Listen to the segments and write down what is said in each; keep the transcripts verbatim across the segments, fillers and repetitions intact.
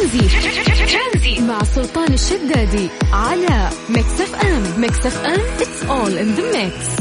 ترانزي مع سلطان الشدادي على ميكس اف ام. ميكس اف ام it's all in the mix.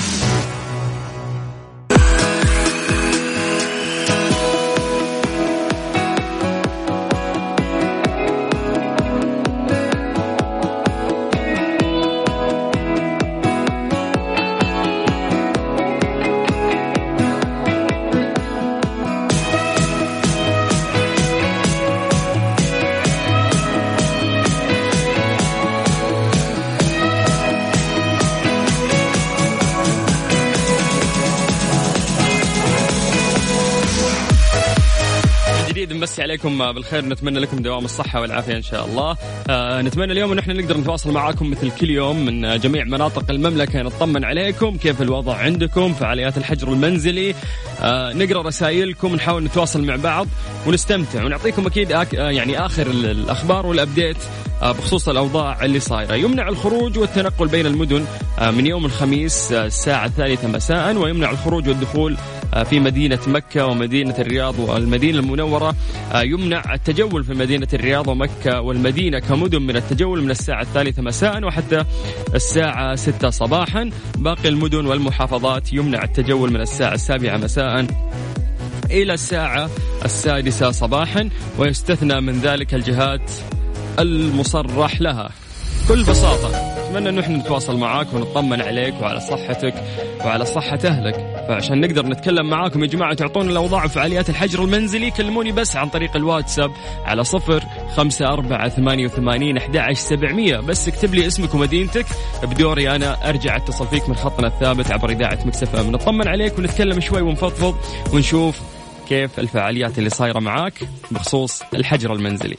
نمسي عليكم بالخير، نتمنى لكم دوام الصحة والعافية إن شاء الله. آه نتمنى اليوم أن احنا نقدر نتواصل معاكم مثل كل يوم من جميع مناطق المملكة، نطمن عليكم كيف الوضع عندكم، فعاليات الحجر المنزلي، آه نقرأ رسائلكم، نحاول نتواصل مع بعض ونستمتع ونعطيكم أكيد آك يعني آخر الأخبار والأبديت آه بخصوص الأوضاع اللي صايرة. يمنع الخروج والتنقل بين المدن آه من يوم الخميس آه الساعة الثالثة مساء، ويمنع الخروج والدخول آه في مدينة مكة ومدينة الرياض والمدينة المنورة. يمنع التجول في مدينة الرياض ومكة والمدينة كمدن من التجول من الساعة الثالثة مساء وحتى الساعة ستة صباحا. باقي المدن والمحافظات يمنع التجول من الساعة السابعة مساء إلى الساعة السادسة صباحا، ويستثنى من ذلك الجهات المصرح لها. بكل بساطة أتمنى أنه إحنا نتواصل معاك ونطمن عليك وعلى صحتك وعلى صحة أهلك، فعشان نقدر نتكلم معاكم يا جماعة تعطونا الأوضاع وفعاليات الحجر المنزلي كلموني بس عن طريق الواتساب على صفر خمسة أربعة ثمانية وثمانين أحد عشر سبعمية. بس اكتب لي اسمك ومدينتك، بدوري أنا أرجع اتصل فيك من خطنا الثابت عبر إذاعة ميكس اف ام، نطمن عليك ونتكلم شوي ونفضفض ونشوف كيف الفعاليات اللي صايرة معاك بخصوص الحجر المنزلي.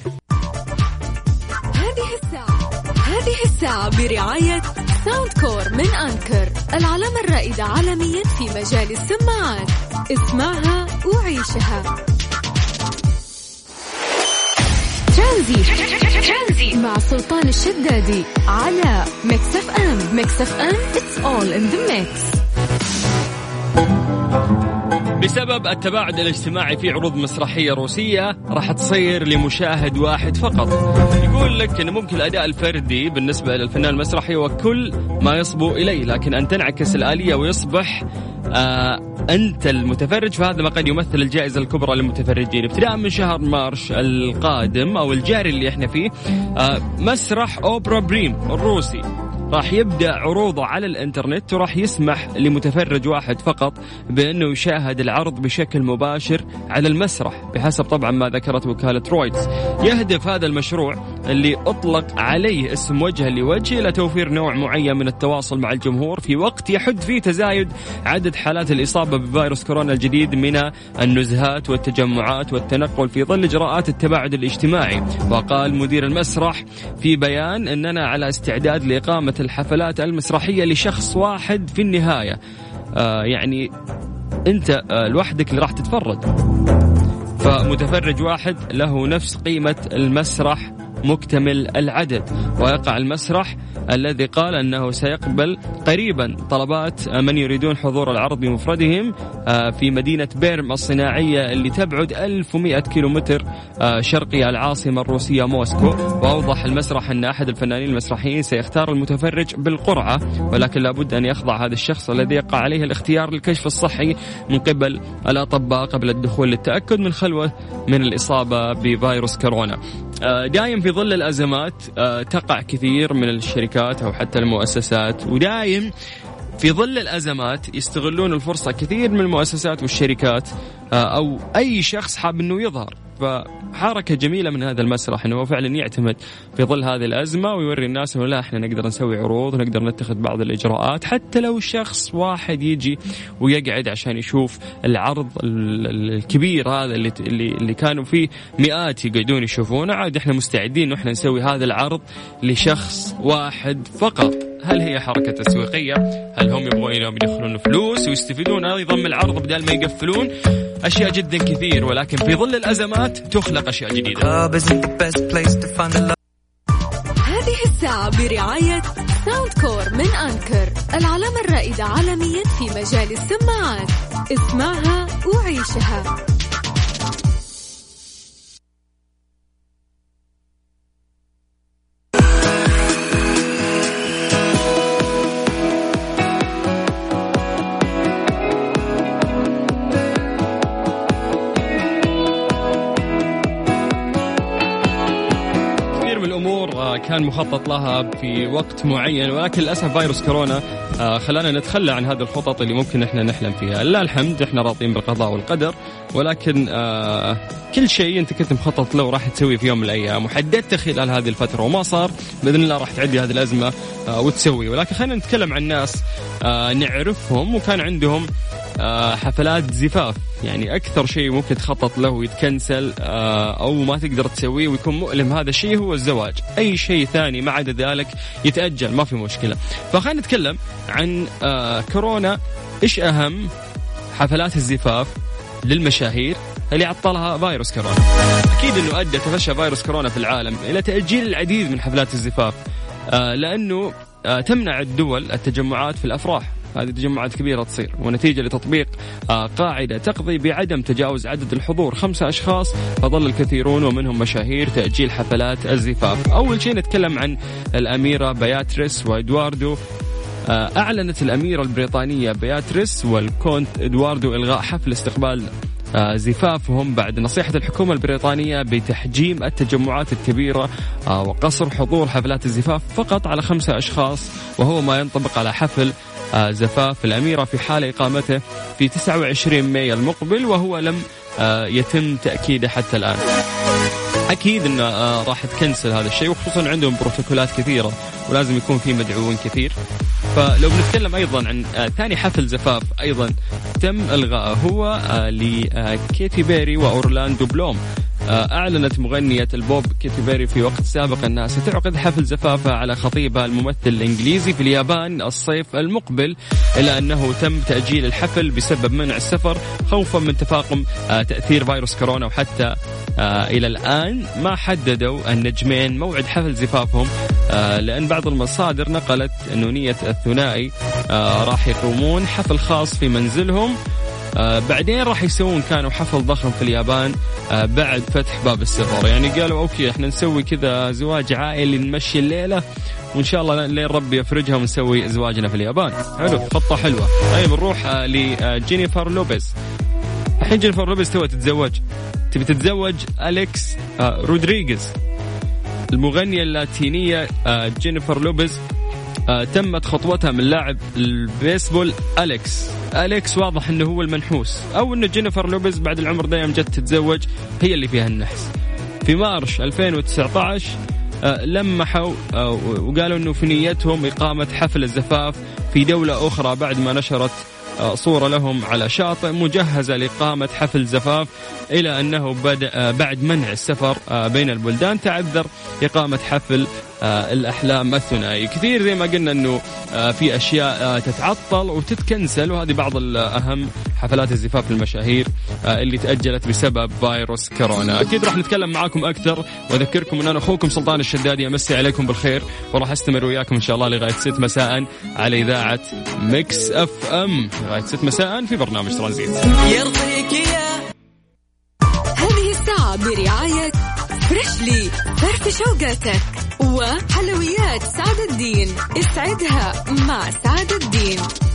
هذه الساعة برعاية ساوند كور من أنكر، العلامة الرائدة عالميا في مجال السماعات. اسمعها وعيشها. ترانزي مع سلطان الشدادي على ميكس اف ام. ميكس اف ام it's all in the mix. بسبب التباعد الاجتماعي في عروض مسرحية روسية راح تصير لمشاهد واحد فقط. يقول لك أن ممكن الأداء الفردي بالنسبة للفنان المسرحي وكل ما يصبو إليه، لكن أن تنعكس الآلية ويصبح آه أنت المتفرج، فهذا ما قد يمثل الجائزة الكبرى للمتفرجين. ابتداء من شهر مارس القادم أو الجاري اللي احنا فيه، آه مسرح أوبرا بريم الروسي راح يبدأ عروضه على الانترنت، وراح يسمح لمتفرج واحد فقط بأنه يشاهد العرض بشكل مباشر على المسرح بحسب طبعا ما ذكرت وكالة رويترز. يهدف هذا المشروع اللي أطلق عليه اسم وجه لوجه إلى توفير نوع معين من التواصل مع الجمهور في وقت يحد فيه تزايد عدد حالات الإصابة بفيروس كورونا الجديد من النزهات والتجمعات والتنقل في ظل إجراءات التباعد الاجتماعي. وقال مدير المسرح في بيان أننا على استعداد لإقامة الحفلات المسرحية لشخص واحد في النهاية. آه يعني أنت آه لوحدك اللي راح تتفرج، فمتفرج واحد له نفس قيمة المسرح مكتمل العدد. ويقع المسرح الذي قال أنه سيقبل قريبا طلبات من يريدون حضور العرض بمفردهم في مدينة بيرم الصناعية اللي تبعد ألف ومئة كيلومتر شرقي العاصمة الروسية موسكو. وأوضح المسرح أن أحد الفنانين المسرحيين سيختار المتفرج بالقرعة، ولكن لابد أن يخضع هذا الشخص الذي يقع عليه الاختيار للكشف الصحي من قبل الأطباء قبل الدخول للتأكد من خلوة من الإصابة بفيروس كورونا. دايم في ظل الأزمات تقع كثير من الشركات أو حتى المؤسسات، ودايم في ظل الأزمات يستغلون الفرصة كثير من المؤسسات والشركات أو أي شخص حاب أنه يظهر. فحركة جميلة من هذا المسرح أنه فعلا يعتمد في ظل هذه الأزمة ويوري الناس أنه لا إحنا نقدر نسوي عروض ونقدر نتخذ بعض الإجراءات، حتى لو شخص واحد يجي ويقعد عشان يشوف العرض الكبير هذا اللي اللي كانوا فيه مئات يقعدون يشوفونه، عاد إحنا مستعدين إنه إحنا نسوي هذا العرض لشخص واحد فقط. هل هي حركة تسويقية؟ هل هم يبغون يدخلون فلوس ويستفيدون أيضا من العرض بدل ما يقفلون؟ أشياء جدا كثير، ولكن في ظل الأزمات تخلق أشياء جديدة. هذه الساعة برعاية ساوند كور من أنكر، العلامة الرائدة عالميا في مجال السماعات. اسمعها وعيشها. كان مخطط لها في وقت معين، ولكن للأسف فيروس كورونا خلانا نتخلى عن هذه الخطط اللي ممكن إحنا نحلم فيها. لا الحمد إحنا راضين بالقضاء والقدر، ولكن كل شيء أنت كنت مخطط له راح تسوي في يوم من الأيام وحددت خلال هذه الفترة وما صار، بإذن الله راح تعدي هذه الأزمة وتسوي. ولكن خلينا نتكلم عن ناس نعرفهم وكان عندهم حفلات زفاف، يعني أكثر شيء ممكن تخطط له ويتكنسل أو ما تقدر تسويه ويكون مؤلم هذا الشيء هو الزواج. أي شيء ثاني ما عدا ذلك يتأجل ما في مشكلة. فخلينا نتكلم عن كورونا. إيش أهم حفلات الزفاف للمشاهير اللي عطلها فيروس كورونا؟ أكيد أنه أدى تفشى فيروس كورونا في العالم إلى تأجيل العديد من حفلات الزفاف، لأنه تمنع الدول التجمعات في الأفراح. هذه تجمعات كبيرة تصير ونتيجة لتطبيق قاعدة تقضي بعدم تجاوز عدد الحضور خمسة أشخاص، فظل الكثيرون ومنهم مشاهير تأجيل حفلات الزفاف. أول شيء نتكلم عن الأميرة بياتريس وإدواردو. أعلنت الأميرة البريطانية بياتريس والكونت إدواردو إلغاء حفل استقبال زفافهم بعد نصيحة الحكومة البريطانية بتحجيم التجمعات الكبيرة وقصر حضور حفلات الزفاف فقط على خمسة أشخاص، وهو ما ينطبق على حفل زفاف الأميرة في حال إقامته في تسعة وعشرين مايو المقبل، وهو لم يتم تأكيده حتى الآن. أكيد أنه راح تكنسل هذا الشيء، وخصوصا عندهم بروتوكولات كثيرة ولازم يكون في مدعوين كثير. فلو بنتكلم أيضا عن ثاني حفل زفاف أيضا تم إلغاءه هو لكيتي بيري وأورلاندو بلوم. أعلنت مغنية البوب كيتي بيري في وقت سابق أنها ستعقد حفل زفافها على خطيبها الممثل الإنجليزي في اليابان الصيف المقبل، إلا أنه تم تأجيل الحفل بسبب منع السفر خوفا من تفاقم تأثير فيروس كورونا. وحتى إلى الآن ما حددوا النجمين موعد حفل زفافهم، لأن بعض المصادر نقلت أنه نية الثنائي راح يقومون حفل خاص في منزلهم، آه بعدين راح يسوون كانوا حفل ضخم في اليابان آه بعد فتح باب السفر. يعني قالوا أوكي إحنا نسوي كذا زواج عائلي نمشي الليلة وإن شاء الله لين ربي يفرجها ونسوي زواجنا في اليابان. حلو، خطة حلوة. طيب نروح آه لجينيفر لوبيز. الحين جينيفر لوبيز توها تتزوج، تبي تتزوج أليكس آه رودريغيز. المغنية اللاتينية آه جينيفر لوبيز آه تمت خطوتها من لاعب البيسبول أليكس. أليكس واضح أنه هو المنحوس، أو أنه جينيفر لوبيز بعد العمر ده يوم جت تتزوج هي اللي فيها النحس. في مارش ألفين وتسعة عشر آه لمحوا آه وقالوا أنه في نيتهم إقامة حفل الزفاف في دولة أخرى بعد ما نشرت آه صورة لهم على شاطئ مجهزة لإقامة حفل زفاف، إلى أنه بدأ بعد منع السفر آه بين البلدان تعذر إقامة حفل آه الأحلام الثنائي. كثير زي ما قلنا أنه آه في أشياء آه تتعطل وتتكنسل، وهذه بعض الأهم حفلات الزفاف المشاهير آه اللي تأجلت بسبب فيروس كورونا. أكيد راح نتكلم معاكم أكثر، وأذكركم أن أنا أخوكم سلطان الشدادي أمسي عليكم بالخير، وراح أستمر وياكم إن شاء الله لغاية ست مساء على إذاعة ميكس أف أم، لغاية ست مساء في برنامج ترانزيت. هذه الساعة برعاية فريشلي، فرف شوقاتك، وحلويات سعد الدين، اسعدها مع سعد الدين.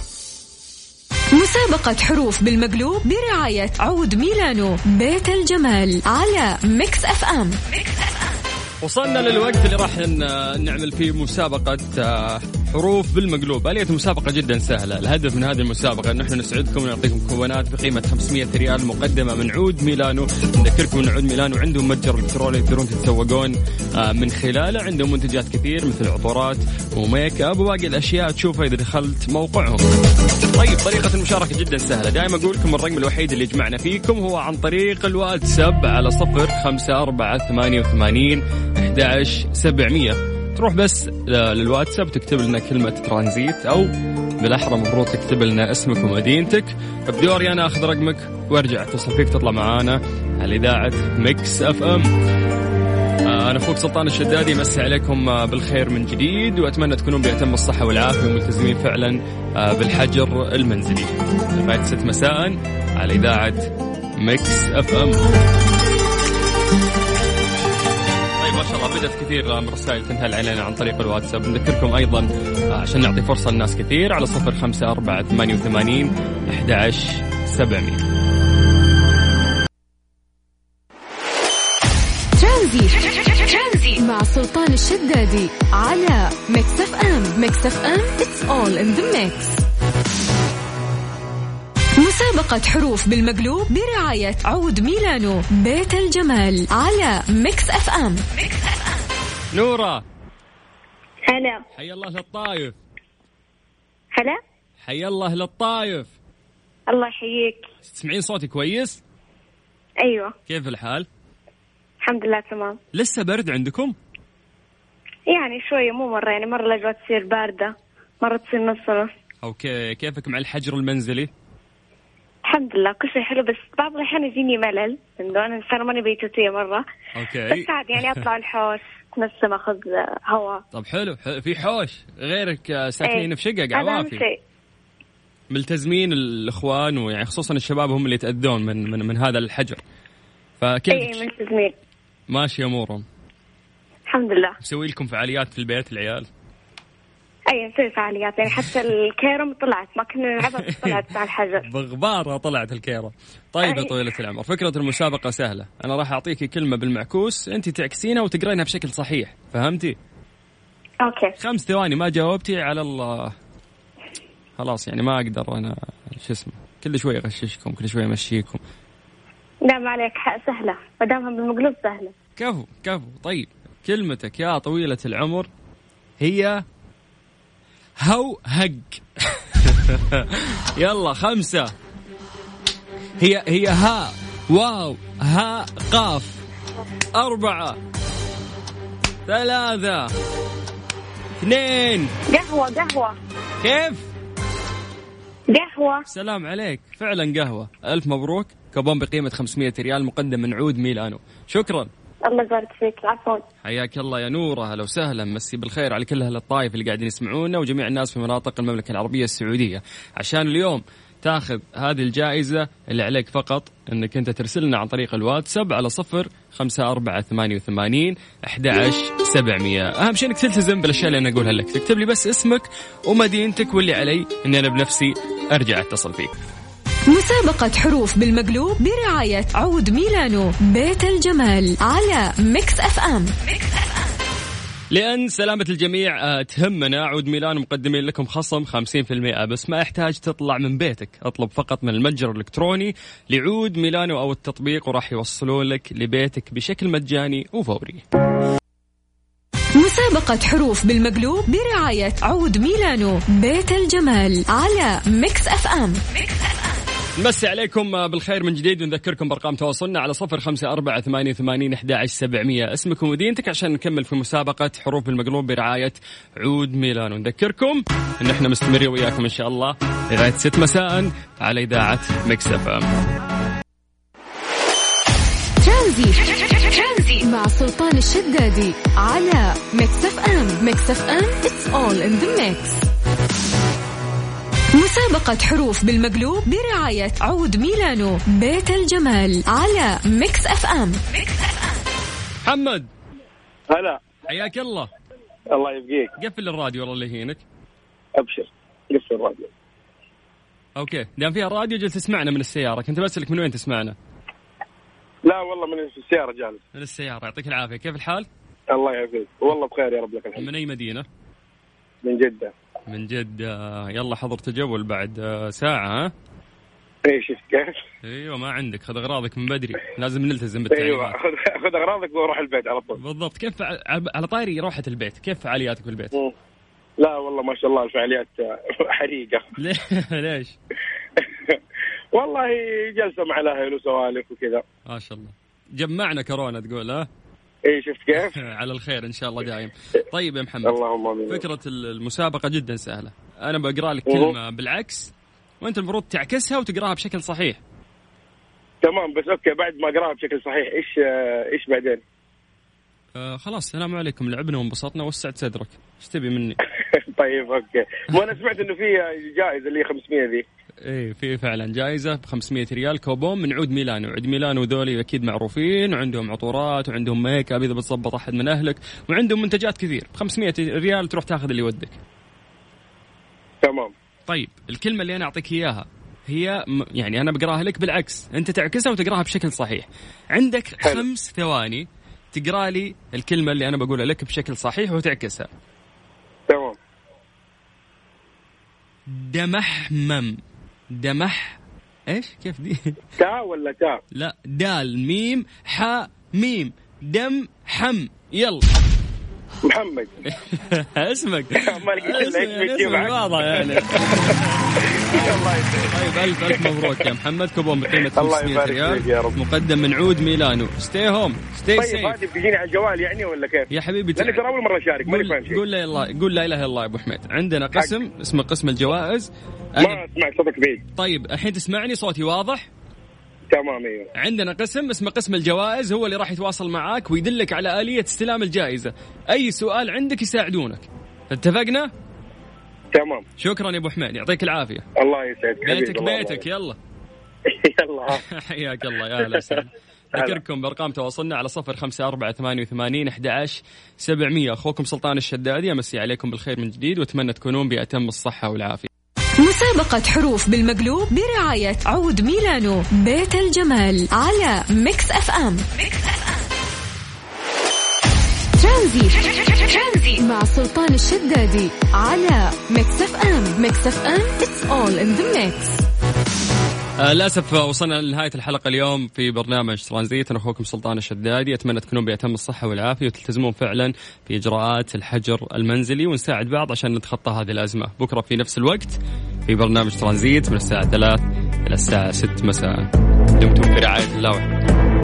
مسابقة حروف بالمقلوب برعاية عود ميلانو، بيت الجمال، على ميكس أف أم. وصلنا للوقت اللي راح نعمل فيه مسابقة حروف بالمقلوب. آلية مسابقة جدا سهلة. الهدف من هذه المسابقة أن نحن نسعدكم ونعطيكم كوبونات بقيمة خمسمية ريال مقدمة من عود ميلانو. نذكركم أن عود ميلانو عندهم متجر إلكتروني تقدرون تتسوقون من خلاله. عندهم منتجات كثير مثل عطورات وميك اب وباقي الأشياء تشوفها إذا دخلت موقعهم. طيب طريقة المشاركة جدا سهلة. دائما أقول لكم الرقم الوحيد اللي يجمعنا فيكم هو عن طريق الواتساب على صفر خمسة أربعة ثمانية وثمانين أحد عشر سبعمية. تروح بس للواتساب تكتب لنا كلمة ترانزيت، أو بالأحرى مفروض تكتب لنا اسمك ومدينتك. بدوري أنا أخذ رقمك وارجع اتصل فيك تطلع معانا على إذاعة ميكس أف أم. أنا أخوك سلطان الشدادي، مسي عليكم بالخير من جديد، وأتمنى تكونون بأتم الصحة والعافية وملتزمين فعلا بالحجر المنزلي. لغاية ست مساء على إذاعة ميكس أف أم. ما شاء الله بدأت كثير من رسائل تنهل علينا عن طريق الواتساب. نذكركم أيضا عشان نعطي فرصة للناس كثير على صفر خمسة أربعة ثمانية وثمانين أحد عشر سبعمية. ترانزي مع سلطان الشدادي على ميكس اف ام. ميكس اف ام it's all in the mix. مسابقة حروف بالمقلوب برعاية عود ميلانو بيت الجمال على ميكس اف ام. نورة هلا. حي الله للطايف. هلا. حي الله للطايف. الله يحييك. تسمعين صوتي كويس؟ أيوة. كيف الحال؟ الحمد لله تمام. لسه برد عندكم؟ يعني شوية مو مرة، يعني مرة الأجواء تصير باردة مرة تصير نص نص. أوكي، كيفك مع الحجر المنزلي؟ الحمد لله كل شيء حلو، بس بعض الأحيان يجيني ملل إنه أنا صار ماني بيتوتية مرة. أوكي. بس عاد يعني أطلع الحوش نسم أخذ هواء. طب حلو, حلو. في حوش غيرك ساكنين ايه. في شقق عوافي. ملتزمين الإخوان ويعني خصوصا الشباب هم اللي يتأذون من من من هذا الحجر. فكيف؟ ايه ملتزمين. ماشي أمورهم. الحمد لله. مسوي لكم فعاليات في البيت العيال؟ أي نسوي فعاليات، يعني حتى الكيرم طلعت ما كنا نلعبها بس طلعت مع الحجر. بغبارة طلعت الكيرة. طيب يا طويلة العمر، فكرة المسابقة سهلة. أنا راح أعطيكي كلمة بالمعكوس، أنت تعكسينها وتقرينها بشكل صحيح، فهمتي؟ أوكي. خمس ثواني ما جاوبتي على الله خلاص، يعني ما أقدر أنا شو اسمه كل شوي أغششكم كل شوي أمشيكم. لا ما عليك، سهلة ما دامها بالمقلوب سهلة. كفو كفو. طيب كلمتك يا طويلة العمر هي هو هق. يلا خمسة. هي هي ها واو ها قاف. أربعة ثلاثة اثنين. قهوة قهوة. كيف؟ قهوة. سلام عليك، فعلا قهوة. ألف مبروك، كوبون بقيمة خمسمية ريال مقدم من عود ميلانو. شكرا. الله يبارك فيك. عفوا. حياك الله يا نورة، هلا وسهلا. مسي بالخير على كل أهل الطائف اللي قاعدين يسمعونا وجميع الناس في مناطق المملكة العربية السعودية. عشان اليوم تاخذ هذه الجائزة اللي عليك فقط انك انت ترسلنا عن طريق الواتساب على صفر خمسة أربعة ثمانية وثمانين أحد عشر سبعمية. اهم شيء انك تلتزم بالاشياء اللي انا اقولها لك، تكتب لي بس اسمك ومدينتك، واللي علي اني انا بنفسي ارجع اتصل فيك. مسابقة حروف بالمقلوب برعاية عود ميلانو بيت الجمال على ميكس اف ام. لأن سلامة الجميع تهمنا، عود ميلانو مقدمين لكم خصم خمسين بالمئة، بس ما يحتاج تطلع من بيتك. اطلب فقط من المتجر الإلكتروني لعود ميلانو أو التطبيق وراح يوصلون لك لبيتك بشكل مجاني وفوري. مسابقة حروف بالمقلوب برعاية عود ميلانو بيت الجمال على ميكس اف ام. نمسي عليكم بالخير من جديد ونذكركم بأرقام تواصلنا على صفر خمسة أربعة ثمانية وثمانين أحد عشر سبعمية، اسمك ومدينتك عشان نكمل في مسابقة حروف بالمقلوب برعاية عود ميلانو. نذكركم إن إحنا مستمرين وياكم إن شاء الله لغاية ست مساء على إذاعة ميكس اف ام. ترانزي مع سلطان الشدادي على ميكس اف ام. ميكس اف ام it's all in the mix. مسابقة حروف بالمقلوب برعاية عود ميلانو بيت الجمال على ميكس اف ام. محمد هلا. حياك الله. الله يبقيك. قفل الراديو والله اللي يهينك. ابشر قفل الراديو. اوكي، دام فيها راديو جل تسمعنا من السيارة. كنت بسألك من وين تسمعنا؟ لا والله من السيارة جالس. من السيارة. يعطيك العافية. كيف الحال؟ الله يعافيك والله بخير يا رب لك الحمد. من أي مدينة؟ من جدة. من جدة. يلا حضر تجول بعد ساعة. ها ايش كيف؟ ايوه ما عندك، خذ اغراضك من بدري، لازم نلتزم بالتعليمات. ايوه خذ خذ اغراضك وروح البيت على طول. بالضبط. كيف على طاري روحة البيت، كيف فعالياتك في البيت؟ م. لا والله ما شاء الله الفعاليات حريقة. ليش؟ والله جلسة مع الاهل وسوالف وكذا. ما شاء الله. جمعنا كورونا تقول. ها ايه شفت كيف؟ على الخير ان شاء الله دايم. طيب يا محمد، اللهم امين. فكرة المسابقة جدا سهلة. انا بقرا لك كلمة بالعكس وانت المفروض تعكسها وتقراها بشكل صحيح. تمام بس اوكي، بعد ما اقراها بشكل صحيح ايش ايش بعدين؟ آه خلاص سلام عليكم، لعبنا وانبسطنا وسعت صدرك، ايش تبي مني؟ طيب اوكي. وانا سمعت انه في جائزة اللي خمسمية ذي. ايه في فعلا جائزة ب خمسمية ريال كوبون من عود ميلانو. عود ميلانو ذولي اكيد معروفين وعندهم عطورات وعندهم ميك اب اذا بتظبط احد من اهلك، وعندهم منتجات كثير. ب خمسمية ريال تروح تاخذ اللي ودك. تمام. طيب الكلمة اللي انا اعطيك اياها هي يعني انا بقراها لك بالعكس، انت تعكسها وتقراها بشكل صحيح. عندك حلو. خمس ثواني تقرأ لي الكلمة اللي أنا بقولها لك بشكل صحيح وتعكسها. تمام. دمحمم. دمح إيش كيف دي؟ تا ولا تا؟ لا دال ميم حاء ميم دم حم. يلا محمد. اسمك ما لقيت الا اسمك واضح يعني. طيب ألف ألف مبروك يا محمد. كوبون بقيمة خمسمية ريال مقدم من عود ميلانو. ستي هوم ستي سيف. طيب هذه بتجيني على الجوال يعني ولا كيف يا حبيبي؟ لأني ترى أول مرة أشارك ماني فاهم شيء. قول لا الله قول لا إله إلا الله يا أبو حميد. عندنا قسم حق. اسمه قسم الجوائز. ما أسمع صوتك بعيد. طيب الحين تسمعني صوتي واضح؟ تمام. ايوه. عندنا قسم اسمه قسم الجوائز، هو اللي راح يتواصل معاك ويدلك على آلية استلام الجائزة. أي سؤال عندك يساعدونك. اتفقنا؟ تمام. شكرا يا أبو حميد يعطيك العافية. الله يسعدك. بيتك بيتك. يلا يلا حياك الله يا أهلا وسهلا. ذكركم بأرقام تواصلنا على صفر خمسة أربعة ثمانية وثمانين أحد عشر سبعمية. أخوكم سلطان الشدادي أمسي عليكم بالخير من جديد وأتمنى تكونون بأتم الصحة والعافية. مسابقة حروف بالمقلوب برعاية عود ميلانو بيت الجمال على ميكس أف أم. ترانزيت مع سلطان الشدادي على ميكس أف أم. ميكس أف أم it's all in the mix. آه للأسف وصلنا لنهاية الحلقة اليوم في برنامج ترانزيت. أنا أخوكم سلطان الشدادي أتمنى تكونون بأتم الصحة والعافية وتلتزمون فعلا في إجراءات الحجر المنزلي ونساعد بعض عشان نتخطى هذه الأزمة. بكرة في نفس الوقت في برنامج ترانزيت من الساعة ثلاث إلى الساعة ست مساء. دمتم في رعاية الله.